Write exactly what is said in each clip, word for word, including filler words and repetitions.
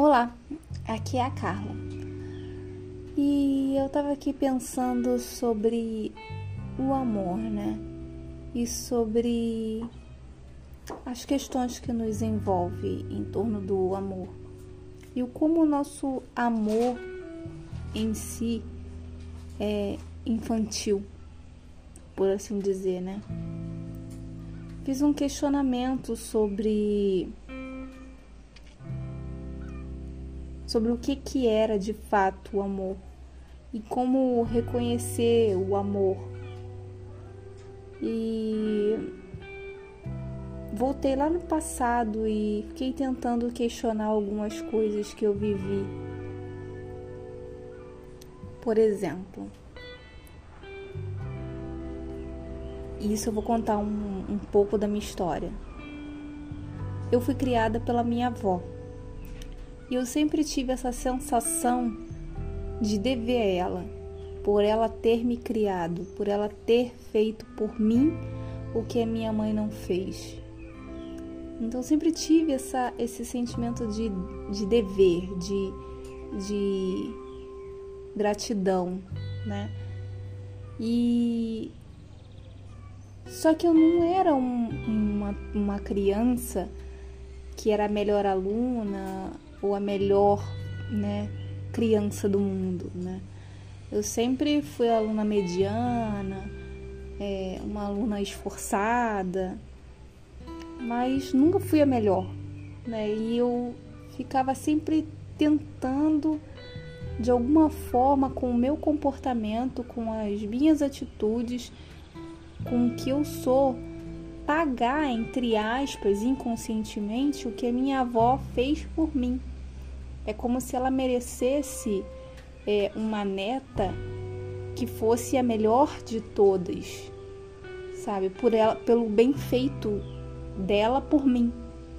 Olá, aqui é a Carla e eu tava aqui pensando sobre o amor, né? E sobre as questões que nos envolvem em torno do amor e o como o nosso amor em si é infantil, por assim dizer, né? Fiz um questionamento sobre sobre o que que era de fato o amor e como reconhecer o amor. E voltei lá no passado e fiquei tentando questionar algumas coisas que eu vivi. Por exemplo, isso eu vou contar um, um pouco da minha história. Eu fui criada pela minha avó. E eu sempre tive essa sensação de dever a ela, por ela ter me criado, por ela ter feito por mim o que a minha mãe não fez. Então eu sempre tive essa, esse sentimento de, de dever, de, de gratidão, né? E só que eu não era um, uma, uma criança que era a melhor aluna ou a melhor, né, criança do mundo, né? Eu sempre fui aluna mediana, é, uma aluna esforçada, mas nunca fui a melhor, né? E eu ficava sempre tentando, de alguma forma, com o meu comportamento, com as minhas atitudes, com o que eu sou, pagar, entre aspas, inconscientemente, o que a minha avó fez por mim. É como se ela merecesse é, uma neta que fosse a melhor de todas, sabe? Por ela, pelo bem feito dela por mim.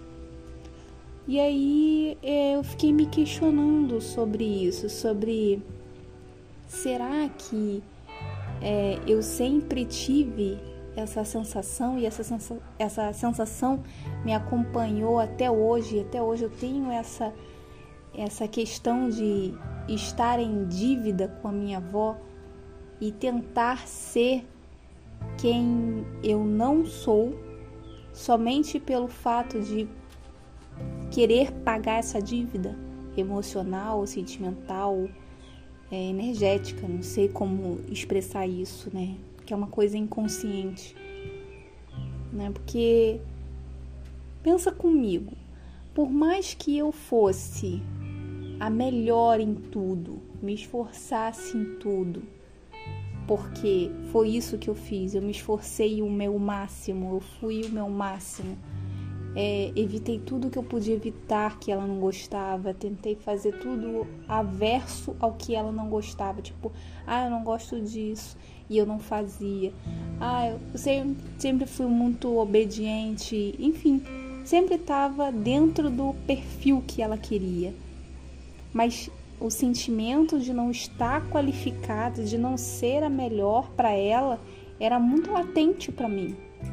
E aí é, eu fiquei me questionando sobre isso, sobre será que é, eu sempre tive essa sensação e essa, sensa, essa sensação me acompanhou até hoje. Até hoje eu tenho essa essa questão de estar em dívida com a minha avó e tentar ser quem eu não sou somente pelo fato de querer pagar essa dívida emocional, sentimental, é, energética, não sei como expressar isso, né? Que é uma coisa inconsciente, né? Porque pensa comigo, por mais que eu fosse a melhor em tudo, me esforçasse em tudo, porque foi isso que eu fiz, eu me esforcei o meu máximo, eu fui o meu máximo, é, evitei tudo que eu podia evitar que ela não gostava, tentei fazer tudo averso ao que ela não gostava, tipo, ah, eu não gosto disso, e eu não fazia, ah, eu sempre, sempre fui muito obediente, enfim, sempre estava dentro do perfil que ela queria. Mas o sentimento de não estar qualificada, de não ser a melhor para ela, era muito latente para mim,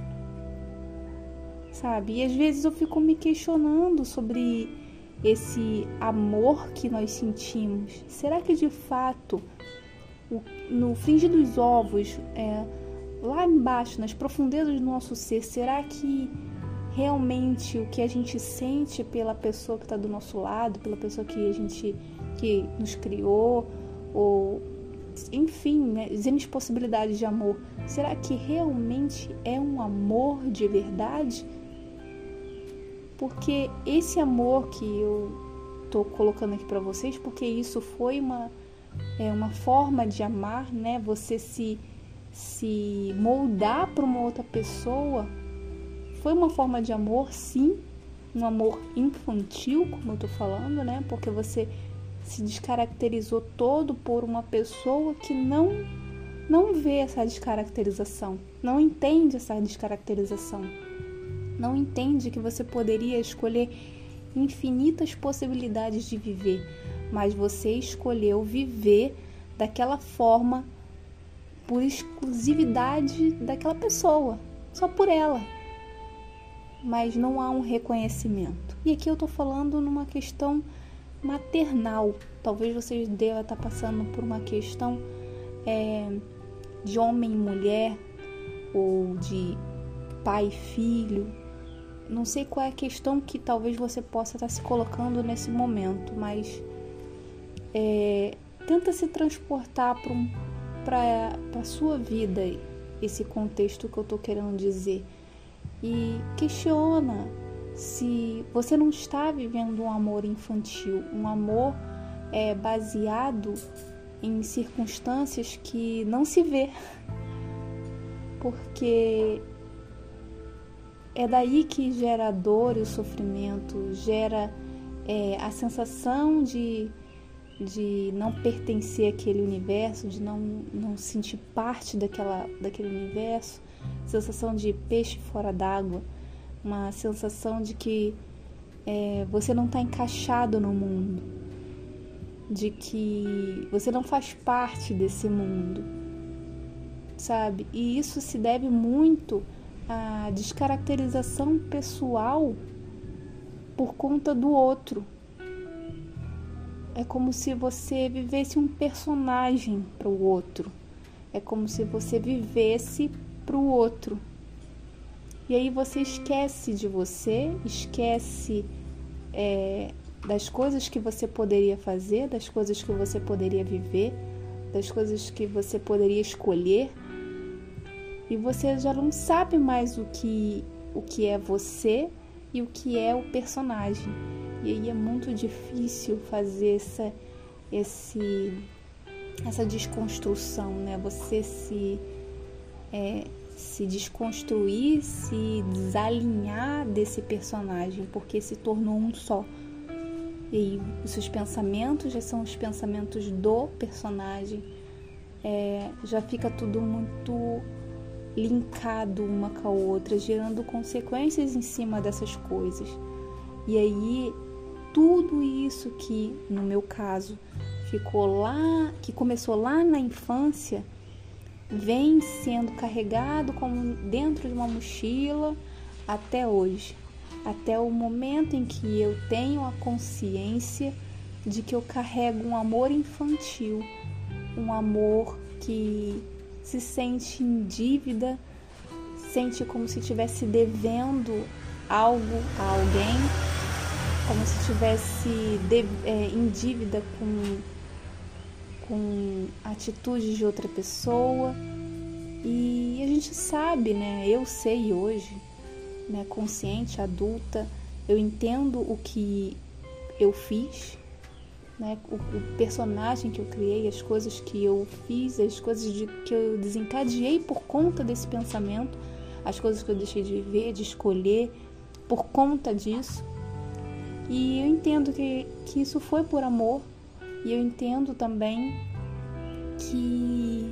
sabe? E às vezes eu fico me questionando sobre esse amor que nós sentimos. Será que de fato, no frigir dos ovos, é, lá embaixo, nas profundezas do nosso ser, será que realmente o que a gente sente pela pessoa que está do nosso lado, pela pessoa que a gente que nos criou, ou enfim, né, existem possibilidades de amor, será que realmente é um amor de verdade? Porque esse amor que eu tô colocando aqui para vocês, porque isso foi uma é uma forma de amar, né? Você se se moldar para uma outra pessoa. Foi uma forma de amor, sim, um amor infantil, como eu tô falando, né? Porque você se descaracterizou todo por uma pessoa que não, não vê essa descaracterização, não entende essa descaracterização, não entende que você poderia escolher infinitas possibilidades de viver, mas você escolheu viver daquela forma por exclusividade daquela pessoa, só por ela. Mas não há um reconhecimento. E aqui eu tô falando numa questão maternal. Talvez você deva estar passando por uma questão é, de homem e mulher, ou de pai e filho. Não sei qual é a questão que talvez você possa estar se colocando nesse momento, mas é, tenta se transportar para um, para a sua vida, esse contexto que eu estou querendo dizer, e questiona se você não está vivendo um amor infantil, um amor é, baseado em circunstâncias que não se vê, porque é daí que gera a dor e o sofrimento, gera é, a sensação de, de não pertencer àquele universo, de não, não sentir parte daquela, daquele universo, sensação de peixe fora d'água, uma sensação de que é, você não está encaixado no mundo, de que você não faz parte desse mundo, sabe? E isso se deve muito à descaracterização pessoal por conta do outro. É como se você vivesse um personagem para o outro. É como se você vivesse para o outro. E aí você esquece de você, esquece é, das coisas que você poderia fazer, das coisas que você poderia viver, das coisas que você poderia escolher. E você já não sabe mais o que, o que é você e o que é o personagem. E aí é muito difícil fazer essa, esse, essa desconstrução, né? Você se, é, se desconstruir, se desalinhar desse personagem, porque se tornou um só. E aí os seus pensamentos já são os pensamentos do personagem. É, já fica tudo muito linkado uma com a outra, gerando consequências em cima dessas coisas. E aí tudo isso que, no meu caso, ficou lá, que começou lá na infância, vem sendo carregado como dentro de uma mochila até hoje, até o momento em que eu tenho a consciência de que eu carrego um amor infantil, um amor que se sente em dívida, sente como se estivesse devendo algo a alguém, como se estivesse é, em dívida com, com atitudes de outra pessoa. E a gente sabe, né? Eu sei hoje, né, consciente, adulta, eu entendo o que eu fiz, né, o, o personagem que eu criei, as coisas que eu fiz, as coisas de, que eu desencadeei por conta desse pensamento, as coisas que eu deixei de viver, de escolher por conta disso. E eu entendo que, que isso foi por amor, e eu entendo também que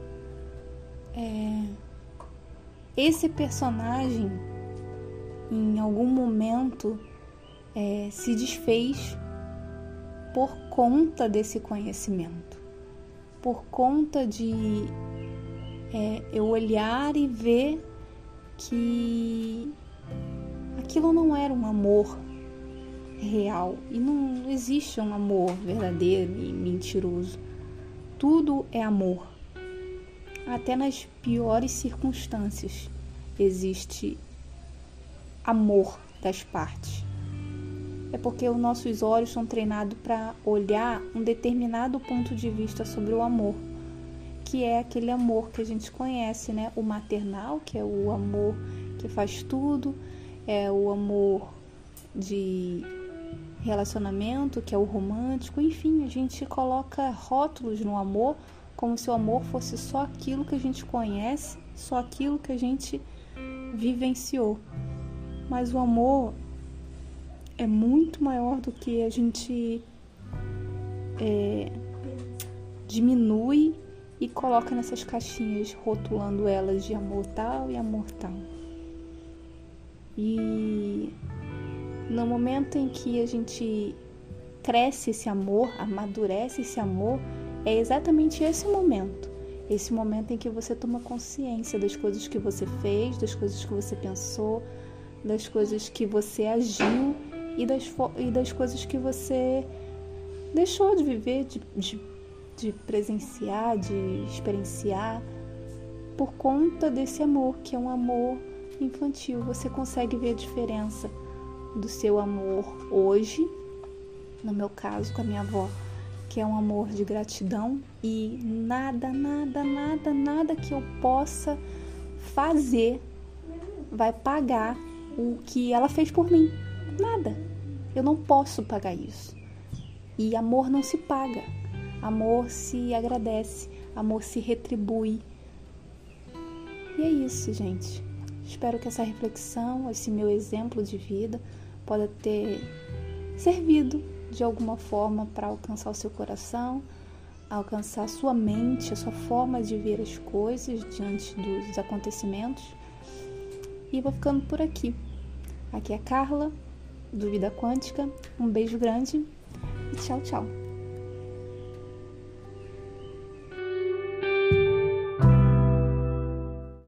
é, esse personagem em algum momento é, se desfez por conta desse conhecimento, por conta de é, eu olhar e ver que aquilo não era um amor real, e não existe um amor verdadeiro e mentiroso. Tudo é amor, até nas piores circunstâncias existe amor das partes. É porque os nossos olhos são treinados para olhar um determinado ponto de vista sobre o amor, que é aquele amor que a gente conhece, né? O maternal, que é o amor que faz tudo, é o amor de relacionamento, que é o romântico. Enfim, a gente coloca rótulos no amor como se o amor fosse só aquilo que a gente conhece, só aquilo que a gente vivenciou. Mas o amor é muito maior do que a gente é, diminui e coloca nessas caixinhas, rotulando elas de amor tal e amor tal. E no momento em que a gente cresce esse amor, amadurece esse amor, é exatamente esse momento. Esse momento em que você toma consciência das coisas que você fez, das coisas que você pensou, das coisas que você agiu e das, e das coisas que você deixou de viver, de, de, de presenciar, de experienciar por conta desse amor, que é um amor infantil. Você consegue ver a diferença do seu amor hoje, no meu caso com a minha avó, que é um amor de gratidão, e nada, nada, nada, nada que eu possa fazer vai pagar o que ela fez por mim. Nada. Eu não posso pagar isso. E amor não se paga. Amor se agradece. Amor se retribui. E é isso, gente. Espero que essa reflexão, esse meu exemplo de vida, possa ter servido de alguma forma para alcançar o seu coração, alcançar a sua mente, a sua forma de ver as coisas diante dos acontecimentos. E vou ficando por aqui. Aqui é a Carla, do Vida Quântica. Um beijo grande e tchau, tchau.